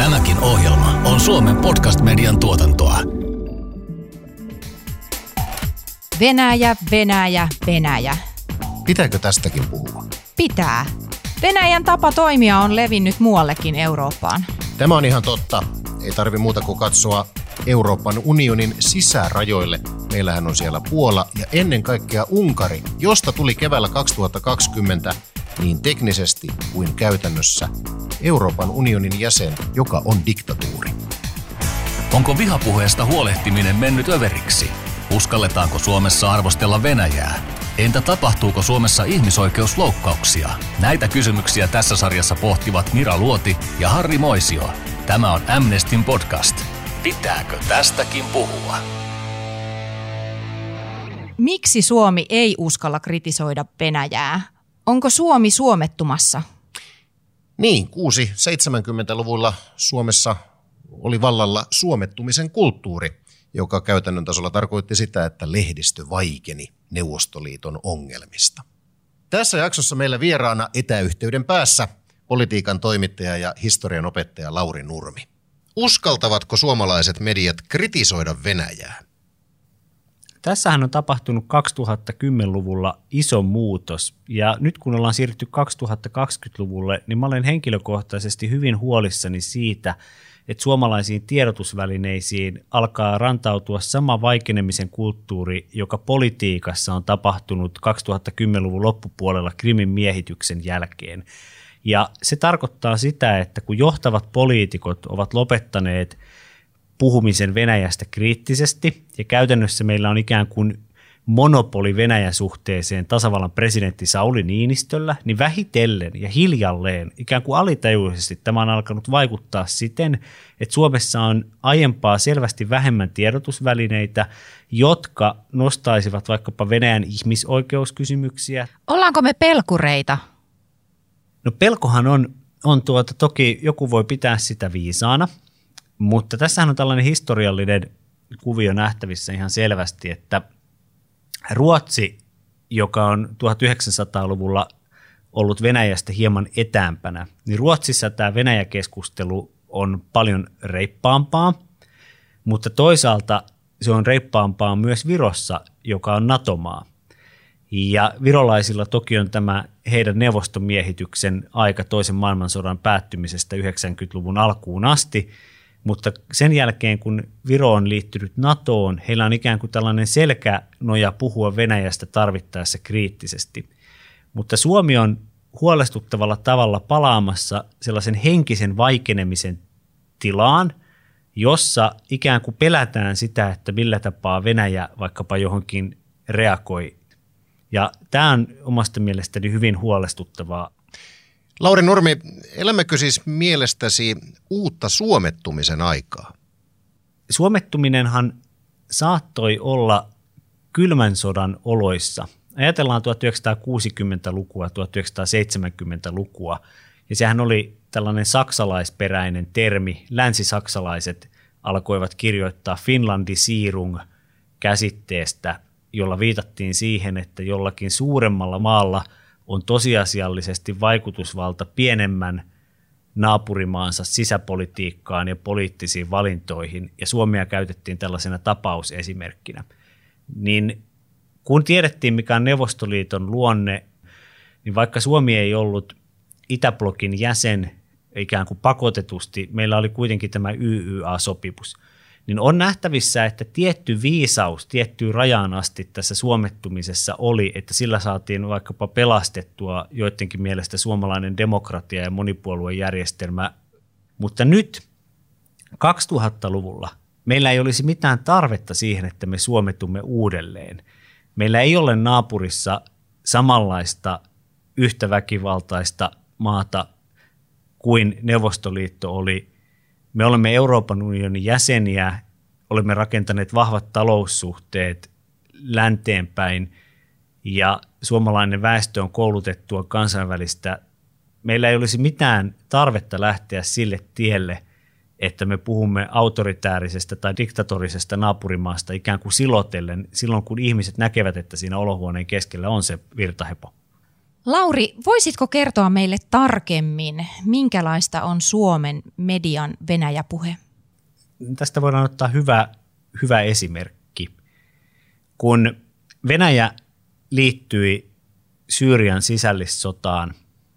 Tämäkin ohjelma on Suomen podcast-median tuotantoa. Venäjä, Venäjä, Venäjä. Pitääkö tästäkin puhua? Pitää. Venäjän tapa toimia on levinnyt muuallekin Eurooppaan. Tämä on ihan totta. Ei tarvi muuta kuin katsoa Euroopan unionin sisärajoille. Meillähän on siellä Puola ja ennen kaikkea Unkari, josta tuli keväällä 2020 niin teknisesti kuin käytännössä Euroopan unionin jäsen, joka on diktatuuri. Onko vihapuheesta huolehtiminen mennyt överiksi? Uskalletaanko Suomessa arvostella Venäjää? Entä tapahtuuko Suomessa ihmisoikeusloukkauksia? Näitä kysymyksiä tässä sarjassa pohtivat Mira Luoti ja Harri Moisio. Tämä on Amnestyn podcast. Pitääkö tästäkin puhua? Miksi Suomi ei uskalla kritisoida Venäjää? Onko Suomi suomettumassa? Niin, 60-70-luvulla Suomessa oli vallalla suomettumisen kulttuuri, joka käytännön tasolla tarkoitti sitä, että lehdistö vaikeni Neuvostoliiton ongelmista. Tässä jaksossa meillä vieraana etäyhteyden päässä politiikan toimittaja ja historian opettaja Lauri Nurmi. Uskaltavatko suomalaiset mediat kritisoida Venäjää? Tässähän on tapahtunut 2010-luvulla iso muutos, ja nyt kun ollaan siirrytty 2020-luvulle, niin mä olen henkilökohtaisesti hyvin huolissani siitä, että suomalaisiin tiedotusvälineisiin alkaa rantautua sama vaikenemisen kulttuuri, joka politiikassa on tapahtunut 2010-luvun loppupuolella Krimin miehityksen jälkeen. Ja se tarkoittaa sitä, että kun johtavat poliitikot ovat lopettaneet puhumisen Venäjästä kriittisesti, ja käytännössä meillä on ikään kuin monopoli Venäjä-suhteeseen tasavallan presidentti Sauli Niinistöllä, niin vähitellen ja hiljalleen, ikään kuin alitajuisesti tämä on alkanut vaikuttaa siten, että Suomessa on aiempaa selvästi vähemmän tiedotusvälineitä, jotka nostaisivat vaikkapa Venäjän ihmisoikeuskysymyksiä. Ollaanko me pelkureita? No pelkohan on toki joku voi pitää sitä viisaana, mutta tässähän on tällainen historiallinen kuvio nähtävissä ihan selvästi, että Ruotsi, joka on 1900-luvulla ollut Venäjästä hieman etäämpänä, niin Ruotsissa tämä Venäjä-keskustelu on paljon reippaampaa, mutta toisaalta se on reippaampaa myös Virossa, joka on NATO-maa. Ja virolaisilla toki on tämä heidän neuvostomiehityksen aika toisen maailmansodan päättymisestä 90-luvun alkuun asti, mutta sen jälkeen, kun Viro on liittynyt NATOon, heillä on ikään kuin tällainen selkänoja puhua Venäjästä tarvittaessa kriittisesti. Mutta Suomi on huolestuttavalla tavalla palaamassa sellaisen henkisen vaikenemisen tilaan, jossa ikään kuin pelätään sitä, että millä tapaa Venäjä vaikkapa johonkin reagoi. Ja tämä on omasta mielestäni hyvin huolestuttavaa. Lauri Nurmi, elämmekö siis mielestäsi uutta suomettumisen aikaa? Suomettuminenhan saattoi olla kylmän sodan oloissa. Ajatellaan 1960-lukua, 1970-lukua, ja sehän oli tällainen saksalaisperäinen termi. Länsisaksalaiset alkoivat kirjoittaa Finlandisierung käsitteestä, jolla viitattiin siihen, että jollakin suuremmalla maalla on tosiasiallisesti vaikutusvalta pienemmän naapurimaansa sisäpolitiikkaan ja poliittisiin valintoihin, ja Suomea käytettiin tällaisena tapausesimerkkinä. Niin kun tiedettiin, mikä on Neuvostoliiton luonne, niin vaikka Suomi ei ollut Itäblokin jäsen ikään kuin pakotetusti, meillä oli kuitenkin tämä YYA-sopimus, niin on nähtävissä, että tietty viisaus tiettyyn rajaan asti tässä suomettumisessa oli, että sillä saatiin vaikkapa pelastettua joidenkin mielestä suomalainen demokratia ja monipuoluejärjestelmä. Mutta nyt 2000-luvulla meillä ei olisi mitään tarvetta siihen, että me suometumme uudelleen. Meillä ei ole naapurissa samanlaista yhtä väkivaltaista maata kuin Neuvostoliitto oli. Me olemme Euroopan unionin jäseniä, olemme rakentaneet vahvat taloussuhteet länteenpäin ja suomalainen väestö on koulutettua kansainvälistä. Meillä ei olisi mitään tarvetta lähteä sille tielle, että me puhumme autoritäärisestä tai diktatorisesta naapurimaasta ikään kuin silotellen silloin, kun ihmiset näkevät, että siinä olohuoneen keskellä on se virtahepo. Lauri, voisitko kertoa meille tarkemmin, minkälaista on Suomen median Venäjä-puhe? Tästä voidaan ottaa hyvä esimerkki. Kun Venäjä liittyi Syyrian sisällissotaan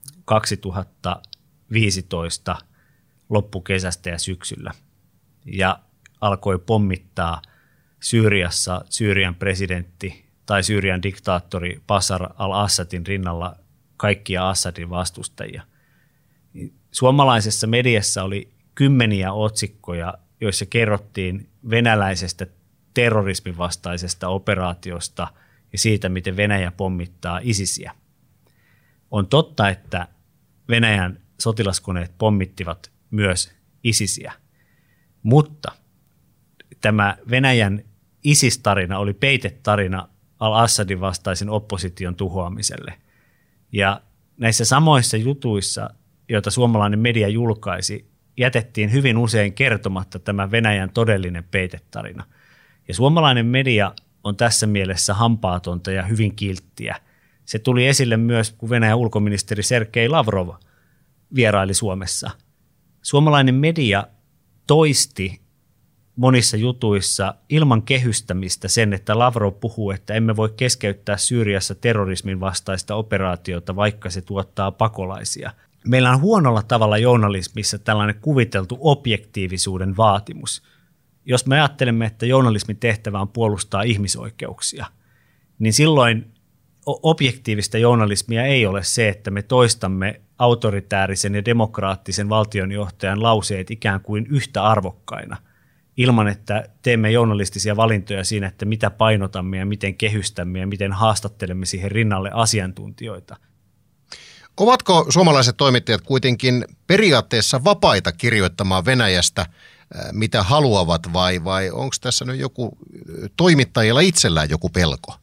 2015 loppukesästä ja syksyllä ja alkoi pommittaa Syyriassa Syyrian presidentti tai Syyrian diktaattori Bashar al-Assadin rinnalla kaikkia Assadin vastustajia. Suomalaisessa mediassa oli kymmeniä otsikkoja, joissa kerrottiin venäläisestä terrorismin vastaisesta operaatiosta ja siitä, miten Venäjä pommittaa ISISiä. On totta, että Venäjän sotilaskoneet pommittivat myös ISISiä, mutta tämä Venäjän ISIS-tarina oli peitetarina al-Assadin vastaisen opposition tuhoamiselle. Ja näissä samoissa jutuissa, joita suomalainen media julkaisi, jätettiin hyvin usein kertomatta tämä Venäjän todellinen peitetarina. Ja suomalainen media on tässä mielessä hampaatonta ja hyvin kilttiä. Se tuli esille myös, kun Venäjän ulkoministeri Sergei Lavrov vieraili Suomessa. Suomalainen media toisti monissa jutuissa ilman kehystämistä sen, että Lavrov puhuu, että emme voi keskeyttää Syyriassa terrorismin vastaista operaatiota, vaikka se tuottaa pakolaisia. Meillä on huonolla tavalla journalismissa tällainen kuviteltu objektiivisuuden vaatimus. Jos me ajattelemme, että journalismin tehtävä on puolustaa ihmisoikeuksia, niin silloin objektiivista journalismia ei ole se, että me toistamme autoritäärisen ja demokraattisen valtionjohtajan lauseet ikään kuin yhtä arvokkaina, ilman että teemme journalistisia valintoja siinä, että mitä painotamme ja miten kehystämme ja miten haastattelemme siihen rinnalle asiantuntijoita. Ovatko suomalaiset toimittajat kuitenkin periaatteessa vapaita kirjoittamaan Venäjästä, mitä haluavat, vai onko tässä nyt joku toimittajilla itsellään joku pelko?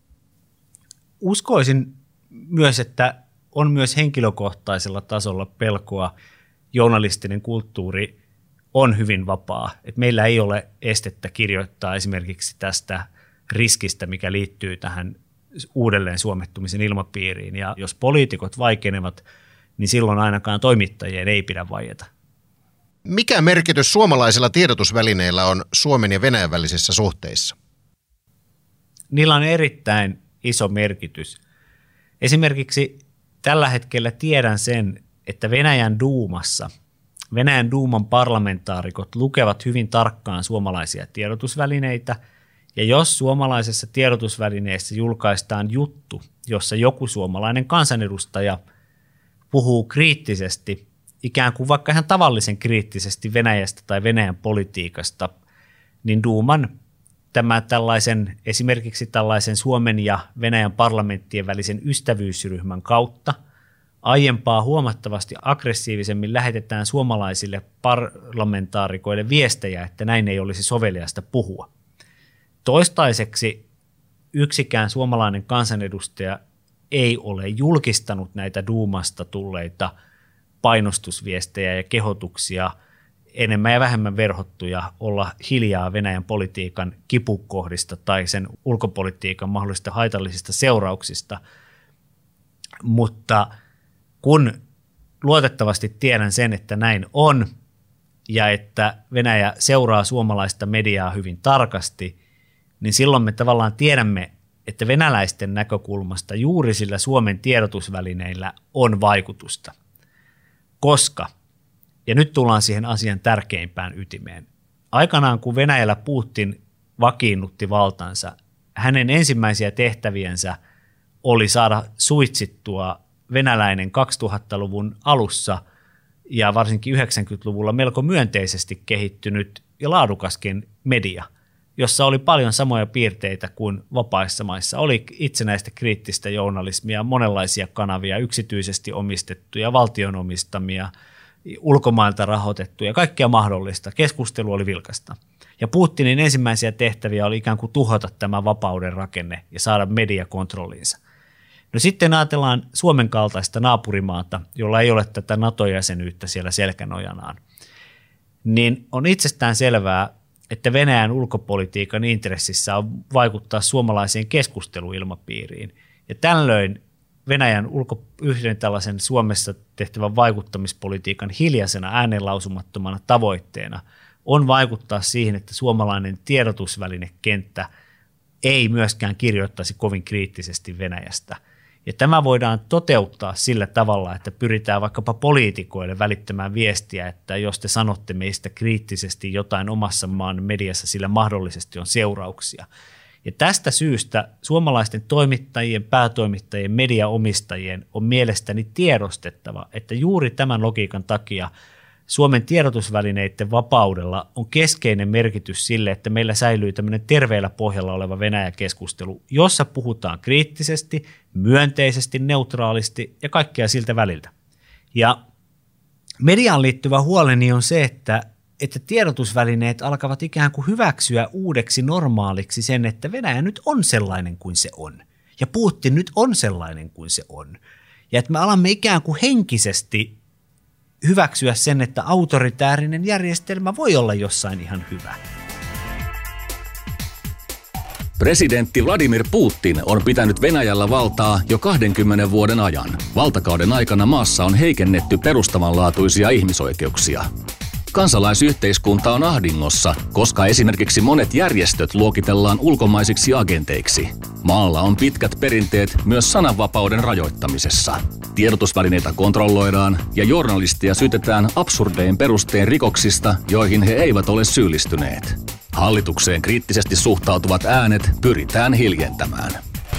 Uskoisin myös, että on myös henkilökohtaisella tasolla pelkoa. Journalistinen kulttuuri on hyvin vapaa. Et meillä ei ole estettä kirjoittaa esimerkiksi tästä riskistä, mikä liittyy tähän uudelleen suomettumisen ilmapiiriin. Ja jos poliitikot vaikenevat, niin silloin ainakaan toimittajien ei pidä vaieta. Mikä merkitys suomalaisilla tiedotusvälineillä on Suomen ja Venäjän välisissä suhteissa? Niillä on erittäin iso merkitys. Esimerkiksi tällä hetkellä tiedän sen, että Venäjän Duuman parlamentaarikot lukevat hyvin tarkkaan suomalaisia tiedotusvälineitä, ja jos suomalaisessa tiedotusvälineessä julkaistaan juttu, jossa joku suomalainen kansanedustaja puhuu kriittisesti, ikään kuin vaikka ihan tavallisen kriittisesti Venäjästä tai Venäjän politiikasta, niin Duuman esimerkiksi tällaisen Suomen ja Venäjän parlamenttien välisen ystävyysryhmän kautta aiempaa huomattavasti aggressiivisemmin lähetetään suomalaisille parlamentaarikoille viestejä, että näin ei olisi soveliasta puhua. Toistaiseksi yksikään suomalainen kansanedustaja ei ole julkistanut näitä Duumasta tulleita painostusviestejä ja kehotuksia enemmän ja vähemmän verhottuja olla hiljaa Venäjän politiikan kipukohdista tai sen ulkopolitiikan mahdollisista haitallisista seurauksista. Mutta kun luotettavasti tiedän sen, että näin on ja että Venäjä seuraa suomalaista mediaa hyvin tarkasti, niin silloin me tavallaan tiedämme, että venäläisten näkökulmasta juuri sillä Suomen tiedotusvälineillä on vaikutusta. Koska, ja nyt tullaan siihen asian tärkeimpään ytimeen, aikanaan kun Venäjällä Putin vakiinnutti valtansa, hänen ensimmäisiä tehtäviensä oli saada suitsittua venäläinen 2000-luvun alussa ja varsinkin 90-luvulla melko myönteisesti kehittynyt ja laadukaskin media, jossa oli paljon samoja piirteitä kuin vapaissa maissa. Oli itsenäistä kriittistä journalismia, monenlaisia kanavia, yksityisesti omistettuja, valtion omistamia, ulkomailta rahoitettuja, kaikkea mahdollista. Keskustelu oli vilkasta. Ja Putinin ensimmäisiä tehtäviä oli ikään kuin tuhota tämä vapauden rakenne ja saada media kontrolliinsa. No sitten ajatellaan Suomen kaltaista naapurimaata, jolla ei ole tätä NATO-jäsenyyttä siellä selkänojanaan. Niin on itsestään selvää, että Venäjän ulkopolitiikan intressissä on vaikuttaa suomalaiseen keskusteluilmapiiriin. Ja tällöin Venäjän yhden tällaisen Suomessa tehtävän vaikuttamispolitiikan hiljaisena äänenlausumattomana tavoitteena on vaikuttaa siihen, että suomalainen tiedotusvälinekenttä ei myöskään kirjoittaisi kovin kriittisesti Venäjästä. Ja tämä voidaan toteuttaa sillä tavalla, että pyritään vaikkapa poliitikoille välittämään viestiä, että jos te sanotte meistä kriittisesti jotain omassa maan mediassa, sillä mahdollisesti on seurauksia. Ja tästä syystä suomalaisten toimittajien, päätoimittajien, mediaomistajien on mielestäni tiedostettava, että juuri tämän logiikan takia Suomen tiedotusvälineiden vapaudella on keskeinen merkitys sille, että meillä säilyy tämmöinen terveellä pohjalla oleva Venäjä-keskustelu, jossa puhutaan kriittisesti, myönteisesti, neutraalisti ja kaikkea siltä väliltä. Ja mediaan liittyvä huoleni on se, että tiedotusvälineet alkavat ikään kuin hyväksyä uudeksi normaaliksi sen, että Venäjä nyt on sellainen kuin se on. Ja Putin nyt on sellainen kuin se on. Ja että me alamme ikään kuin henkisesti hyväksyä sen, että autoritäärinen järjestelmä voi olla jossain ihan hyvä. Presidentti Vladimir Putin on pitänyt Venäjällä valtaa jo 20 vuoden ajan. Valtakauden aikana maassa on heikennetty perustavanlaatuisia ihmisoikeuksia. Kansalaisyhteiskunta on ahdingossa, koska esimerkiksi monet järjestöt luokitellaan ulkomaisiksi agenteiksi. Maalla on pitkät perinteet myös sananvapauden rajoittamisessa. Tiedotusvälineitä kontrolloidaan ja journalistia syytetään absurdein perustein rikoksista, joihin he eivät ole syyllistyneet. Hallitukseen kriittisesti suhtautuvat äänet pyritään hiljentämään.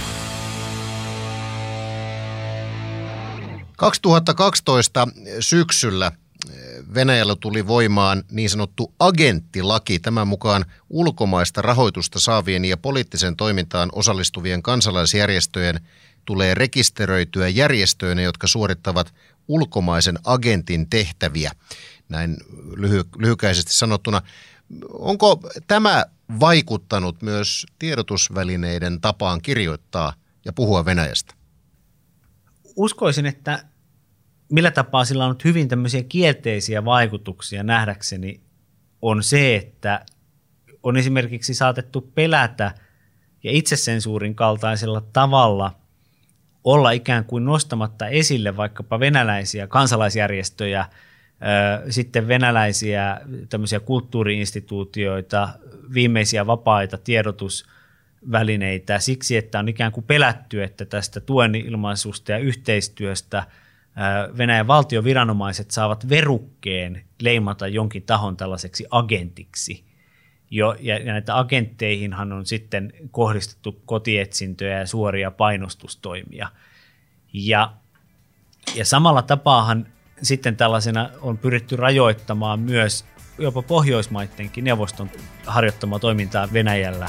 2012 syksyllä Venäjällä tuli voimaan niin sanottu agenttilaki. Tämän mukaan ulkomaista rahoitusta saavien ja poliittiseen toimintaan osallistuvien kansalaisjärjestöjen tulee rekisteröityä järjestöinä, jotka suorittavat ulkomaisen agentin tehtäviä. Näin lyhykäisesti sanottuna. Onko tämä vaikuttanut myös tiedotusvälineiden tapaan kirjoittaa ja puhua Venäjästä? Uskoisin, että millä tapaa sillä on ollut hyvin tämmöisiä kielteisiä vaikutuksia nähdäkseni on se, että on esimerkiksi saatettu pelätä ja itsesensuurin kaltaisella tavalla olla ikään kuin nostamatta esille vaikkapa venäläisiä kansalaisjärjestöjä, sitten venäläisiä tämmöisiä kulttuuriinstituutioita, viimeisiä vapaita tiedotusvälineitä siksi, että on ikään kuin pelätty, että tästä tuen ilmaisusta ja yhteistyöstä Venäjän valtioviranomaiset saavat verukkeen leimata jonkin tahon tällaiseksi agentiksi. Ja näitä agentteihinhan on sitten kohdistettu kotietsintöjä ja suoria painostustoimia. Ja samalla tapaahan sitten tällaisena on pyritty rajoittamaan myös jopa Pohjoismaidenkin neuvoston harjoittamaa toimintaa Venäjällä.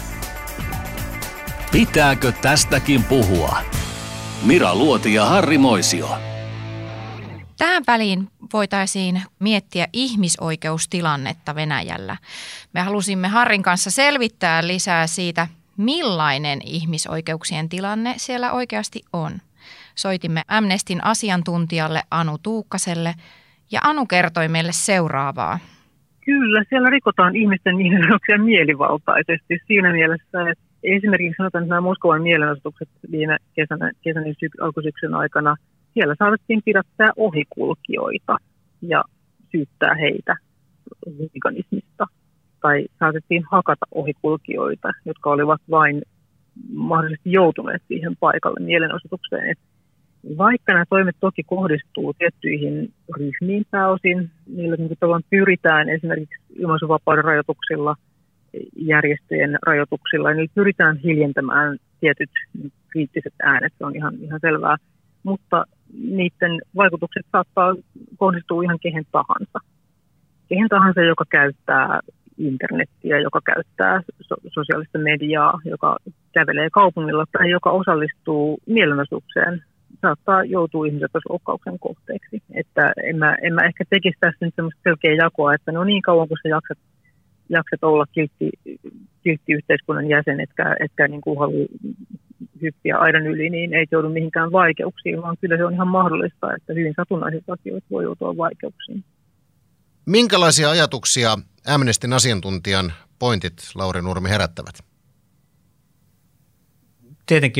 Pitääkö tästäkin puhua? Mira Luoti ja Harri Moisio. Tähän väliin voitaisiin miettiä ihmisoikeustilannetta Venäjällä. Me halusimme Harrin kanssa selvittää lisää siitä, millainen ihmisoikeuksien tilanne siellä oikeasti on. Soitimme Amnestyn asiantuntijalle Anu Tuukkaselle ja Anu kertoi meille seuraavaa. Kyllä, siellä rikotaan ihmisten ihmisoikeuksia mielivaltaisesti siinä mielessä, että esimerkiksi sanotaan, että nämä Moskovan mielenosoitukset viime kesänä alkusyksyn aikana, siellä saatettiin pidättää ohikulkijoita ja syyttää heitä huliganismista. Tai saatettiin hakata ohikulkijoita, jotka olivat vain mahdollisesti joutuneet siihen paikalle mielenosoitukseen. Et vaikka nämä toimet toki kohdistuu tiettyihin ryhmiin pääosin, niillä pyritään esimerkiksi ilmaisuvapauden rajoituksilla, järjestöjen rajoituksilla, niin pyritään hiljentämään tietyt kriittiset äänet, se on ihan selvää. Mutta niiden vaikutukset saattaa kohdistua ihan kehen tahansa. Kehen tahansa, joka käyttää internettiä, joka käyttää sosiaalista mediaa, joka kävelee kaupungilla tai joka osallistuu mielenosoitukseen, saattaa joutua ihmisoikeusloukkauksen kohteeksi. Että en mä ehkä tekisi tässä nyt semmoista selkeä jakoa, että no niin kauan kun sä jaksat olla kiltti yhteiskunnan jäsen, etkä niin kuin halua hyppiä aidan yli, niin ei joudu mihinkään vaikeuksiin, vaan kyllä se on ihan mahdollista, että hyvin satunnaisista asioista voi joutua vaikeuksiin. Minkälaisia ajatuksia Amnestyn asiantuntijan pointit, Lauri Nurmi, herättävät? Tietenkin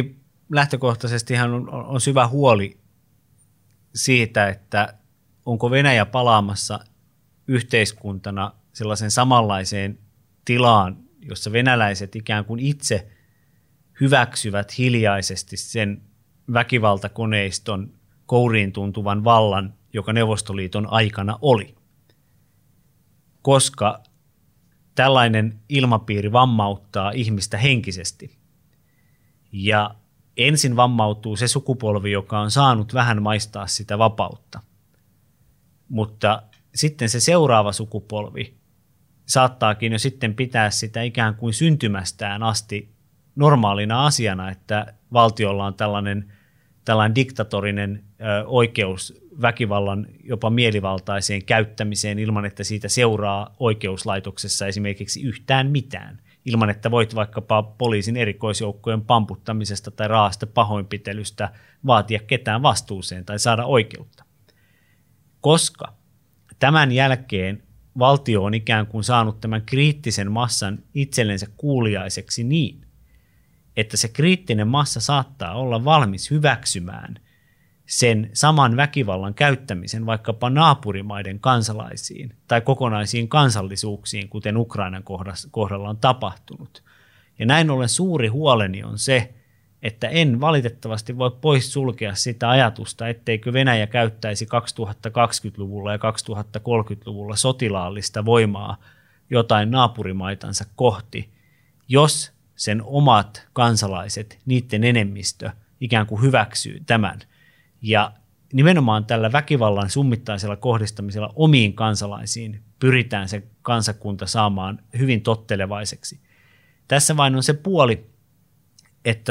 lähtökohtaisesti on syvä huoli siitä, että onko Venäjä palaamassa yhteiskuntana sellaisen samanlaiseen tilaan, jossa venäläiset ikään kuin itse hyväksyvät hiljaisesti sen väkivaltakoneiston kouriin tuntuvan vallan, joka Neuvostoliiton aikana oli. Koska tällainen ilmapiiri vammauttaa ihmistä henkisesti. Ja ensin vammautuu se sukupolvi, joka on saanut vähän maistaa sitä vapautta. Mutta sitten se seuraava sukupolvi saattaakin jo sitten pitää sitä ikään kuin syntymästään asti normaalina asiana, että valtiolla on tällainen diktatorinen oikeus väkivallan jopa mielivaltaiseen käyttämiseen ilman, että siitä seuraa oikeuslaitoksessa esimerkiksi yhtään mitään. Ilman, että voit vaikkapa poliisin erikoisjoukkojen pamputtamisesta tai raasta pahoinpitelystä vaatia ketään vastuuseen tai saada oikeutta. Koska tämän jälkeen valtio on ikään kuin saanut tämän kriittisen massan itsellensä kuuliaiseksi niin, että se kriittinen massa saattaa olla valmis hyväksymään sen saman väkivallan käyttämisen vaikkapa naapurimaiden kansalaisiin tai kokonaisiin kansallisuuksiin, kuten Ukrainan kohdalla on tapahtunut. Ja näin ollen suuri huoleni on se, että en valitettavasti voi poissulkea sitä ajatusta, etteikö Venäjä käyttäisi 2020-luvulla ja 2030-luvulla sotilaallista voimaa jotain naapurimaitansa kohti, jos sen omat kansalaiset, niiden enemmistö, ikään kuin hyväksyy tämän. Ja nimenomaan tällä väkivallan summittaisella kohdistamisella omiin kansalaisiin pyritään se kansakunta saamaan hyvin tottelevaiseksi. Tässä vain on se puoli, että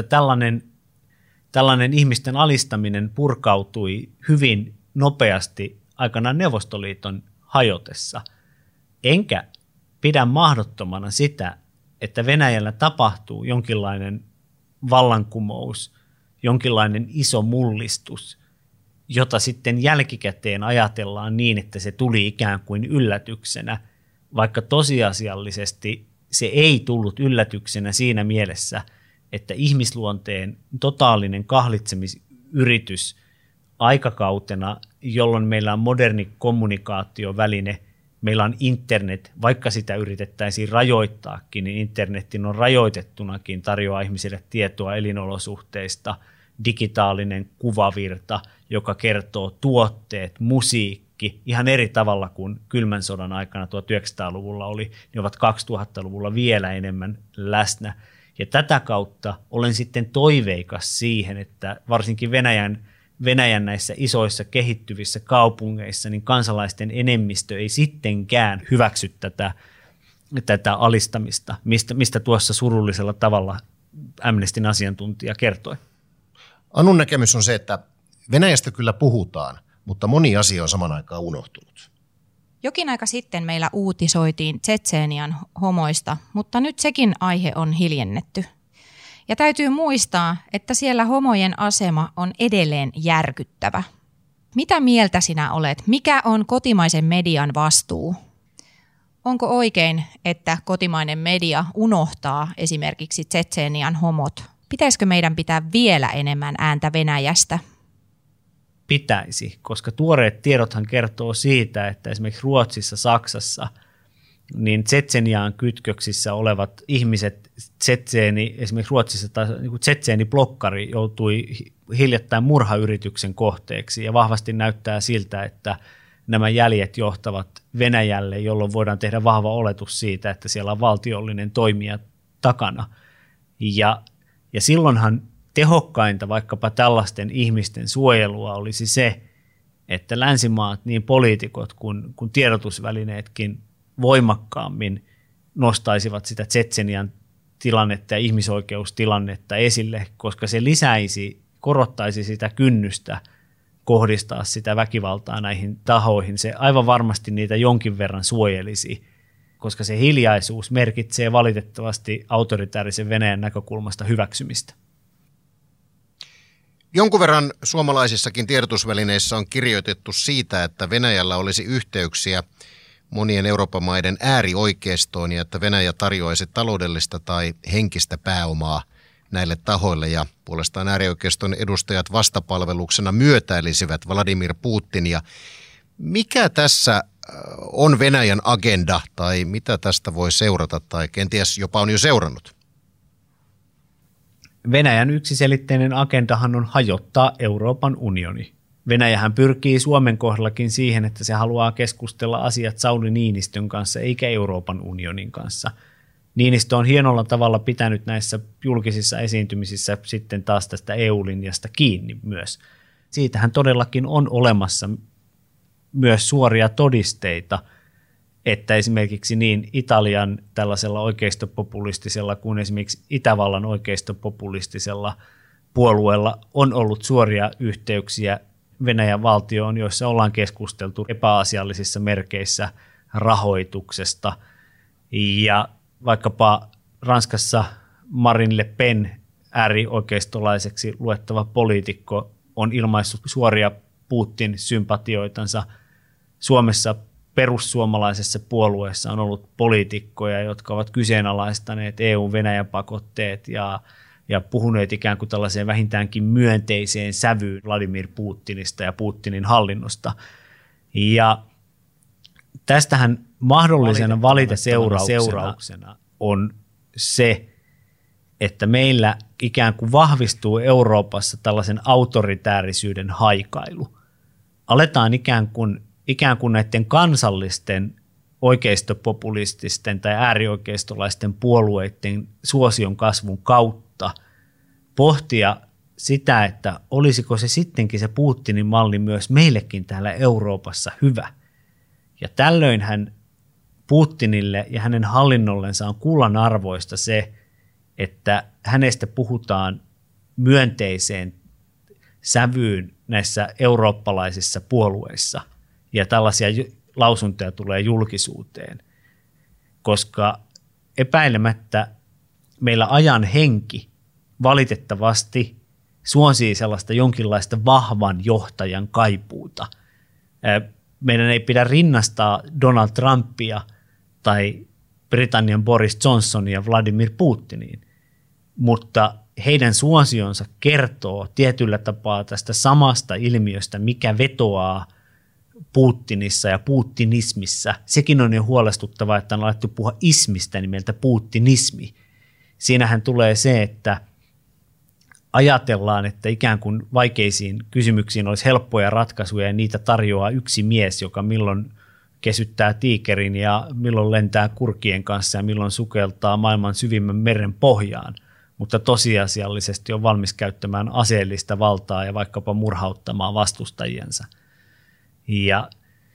tällainen ihmisten alistaminen purkautui hyvin nopeasti aikanaan Neuvostoliiton hajotessa. Enkä pidä mahdottomana sitä, että Venäjällä tapahtuu jonkinlainen vallankumous, jonkinlainen iso mullistus, jota sitten jälkikäteen ajatellaan niin, että se tuli ikään kuin yllätyksenä, vaikka tosiasiallisesti se ei tullut yllätyksenä siinä mielessä, että ihmisluonteen totaalinen kahlitsemisyritys aikakautena, jolloin meillä on moderni kommunikaatioväline, meillä on internet, vaikka sitä yritettäisiin rajoittaakin, niin internetin on rajoitettunakin tarjoaa ihmisille tietoa elinolosuhteista, digitaalinen kuvavirta, joka kertoo tuotteet, musiikki, ihan eri tavalla kuin kylmän sodan aikana 1900-luvulla oli, ne ovat 2000-luvulla vielä enemmän läsnä. Ja tätä kautta olen sitten toiveikas siihen, että varsinkin Venäjän näissä isoissa kehittyvissä kaupungeissa, niin kansalaisten enemmistö ei sittenkään hyväksy tätä alistamista, mistä tuossa surullisella tavalla Amnestyn asiantuntija kertoi. Annun näkemys on se, että Venäjästä kyllä puhutaan, mutta moni asia on saman aikaan unohtunut. Jokin aika sitten meillä uutisoitiin Tšetšenian homoista, mutta nyt sekin aihe on hiljennetty. Ja täytyy muistaa, että siellä homojen asema on edelleen järkyttävä. Mitä mieltä sinä olet? Mikä on kotimaisen median vastuu? Onko oikein, että kotimainen media unohtaa esimerkiksi Tšetšenian homot? Pitäisikö meidän pitää vielä enemmän ääntä Venäjästä? Pitäisi, koska tuoreet tiedothan kertoo siitä, että esimerkiksi Ruotsissa, Saksassa, niin Tšetšeniaan kytköksissä olevat ihmiset, esimerkiksi Ruotsissa Tšetšeni-blokkari joutui hiljattain murhayrityksen kohteeksi ja vahvasti näyttää siltä, että nämä jäljet johtavat Venäjälle, jolloin voidaan tehdä vahva oletus siitä, että siellä on valtiollinen toimija takana. Ja silloinhan tehokkainta vaikkapa tällaisten ihmisten suojelua olisi se, että länsimaat, niin poliitikot kuin tiedotusvälineetkin voimakkaammin nostaisivat sitä Tšetšenian tilannetta ja ihmisoikeustilannetta esille, koska se korottaisi sitä kynnystä kohdistaa sitä väkivaltaa näihin tahoihin. Se aivan varmasti niitä jonkin verran suojelisi, koska se hiljaisuus merkitsee valitettavasti autoritäärisen Venäjän näkökulmasta hyväksymistä. Jonkun verran suomalaisissakin tiedotusvälineissä on kirjoitettu siitä, että Venäjällä olisi yhteyksiä monien Euroopan maiden äärioikeistoon ja että Venäjä tarjoaisi taloudellista tai henkistä pääomaa näille tahoille ja puolestaan äärioikeiston edustajat vastapalveluksena myötäilisivät Vladimir Putinia. Mikä tässä on Venäjän agenda tai mitä tästä voi seurata tai kenties jopa on jo seurannut? Venäjän yksiselitteinen agendahan on hajottaa Euroopan unioni. Venäjähän pyrkii Suomen kohdallakin siihen, että se haluaa keskustella asiat Sauli Niinistön kanssa eikä Euroopan unionin kanssa. Niinistö on hienolla tavalla pitänyt näissä julkisissa esiintymisissä sitten taas tästä EU-linjasta kiinni myös. Siitähän todellakin on olemassa myös suoria todisteita, että esimerkiksi niin Italian tällaisella oikeistopopulistisella kuin esimerkiksi Itävallan oikeistopopulistisella puolueella on ollut suoria yhteyksiä Venäjän valtioon, joissa ollaan keskusteltu epäasiallisissa merkeissä rahoituksesta. Ja vaikkapa Ranskassa Marine Le Pen, äärioikeistolaiseksi luettava poliitikko, on ilmaissut suoria Putin-sympatioitansa. Suomessa perussuomalaisessa puolueessa on ollut poliitikkoja, jotka ovat kyseenalaistaneet EU-Venäjä-pakotteet ja puhuneet ikään kuin tällaiseen vähintäänkin myönteiseen sävyyn Vladimir Putinista ja Putinin hallinnosta. Ja tästähän mahdollisena seurauksena on se, että meillä ikään kuin vahvistuu Euroopassa tällaisen autoritäärisyyden haikailu. Aletaan ikään kuin näiden kansallisten oikeistopopulististen tai äärioikeistolaisten puolueiden suosion kasvun kautta pohtia sitä, että olisiko se sittenkin se Putinin malli myös meillekin täällä Euroopassa hyvä. Ja tällöinhän Putinille ja hänen hallinnollensa on kullanarvoista se, että hänestä puhutaan myönteiseen sävyyn näissä eurooppalaisissa puolueissa ja tällaisia lausuntoja tulee julkisuuteen, koska epäilemättä meillä ajan henki valitettavasti suosii sellaista jonkinlaista vahvan johtajan kaipuuta. Meidän ei pidä rinnastaa Donald Trumpia tai Britannian Boris Johnsonia Vladimir Putiniin, mutta heidän suosionsa kertoo tietyllä tapaa tästä samasta ilmiöstä, mikä vetoaa Putinissa ja putinismissa. Sekin on jo huolestuttavaa, että on alettu puhua ismistä nimeltä putinismi. Siinähän tulee se, että ajatellaan, että ikään kuin vaikeisiin kysymyksiin olisi helppoja ratkaisuja ja niitä tarjoaa yksi mies, joka milloin kesyttää tiikerin ja milloin lentää kurkien kanssa ja milloin sukeltaa maailman syvimmän meren pohjaan, mutta tosiasiallisesti on valmis käyttämään aseellista valtaa ja vaikkapa murhauttamaan vastustajiensa. Ja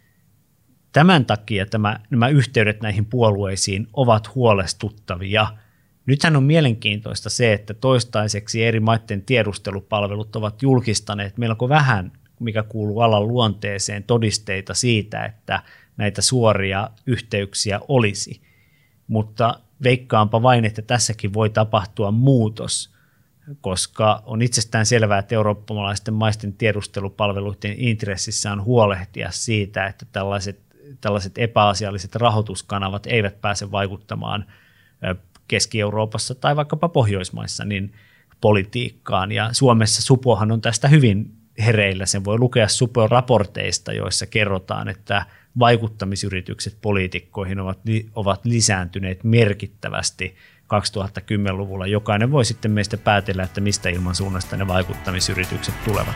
tämän takia nämä yhteydet näihin puolueisiin ovat huolestuttavia. Nythän on mielenkiintoista se, että toistaiseksi eri maiden tiedustelupalvelut ovat julkistaneet melko vähän, mikä kuuluu alan luonteeseen, todisteita siitä, että näitä suoria yhteyksiä olisi. Mutta veikkaanpa vain, että tässäkin voi tapahtua muutos, koska on itsestään selvää, että eurooppalaisten maisten tiedustelupalveluiden intressissä on huolehtia siitä, että tällaiset epäasialliset rahoituskanavat eivät pääse vaikuttamaan Keski-Euroopassa tai vaikkapa Pohjoismaissa niin politiikkaan. Ja Suomessa Supohan on tästä hyvin hereillä. Sen voi lukea Supon raporteista, joissa kerrotaan, että vaikuttamisyritykset poliitikkoihin ovat lisääntyneet merkittävästi 2010-luvulla. Jokainen voi sitten meistä päätellä, että mistä ilmansuunnasta ne vaikuttamisyritykset tulevat.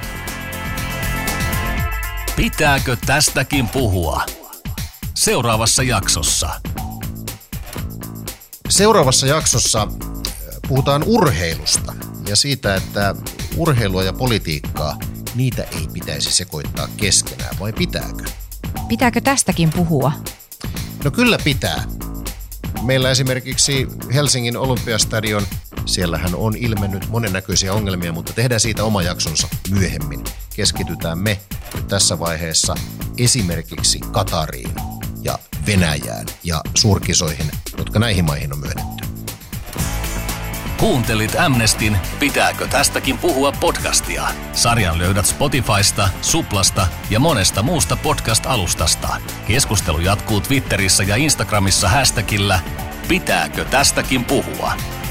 Pitääkö tästäkin puhua? Seuraavassa jaksossa. Seuraavassa jaksossa puhutaan urheilusta ja siitä, että urheilua ja politiikkaa, niitä ei pitäisi sekoittaa keskenään, vai pitääkö? Pitääkö tästäkin puhua? No kyllä pitää. Meillä esimerkiksi Helsingin Olympiastadion, siellähän on ilmennyt monennäköisiä ongelmia, mutta tehdään siitä oma jaksonsa myöhemmin. Keskitytään me nyt tässä vaiheessa esimerkiksi Katariin ja Venäjään ja suurkisoihin, jotka näihin maihin on myönnetty. Kuuntelit Amnestyn Pitääkö tästäkin puhua -podcastia. Sarjan löydät Spotifysta, Suplasta ja monesta muusta podcast-alustasta. Keskustelu jatkuu Twitterissä ja Instagramissa hashtagillä Pitääkö tästäkin puhua.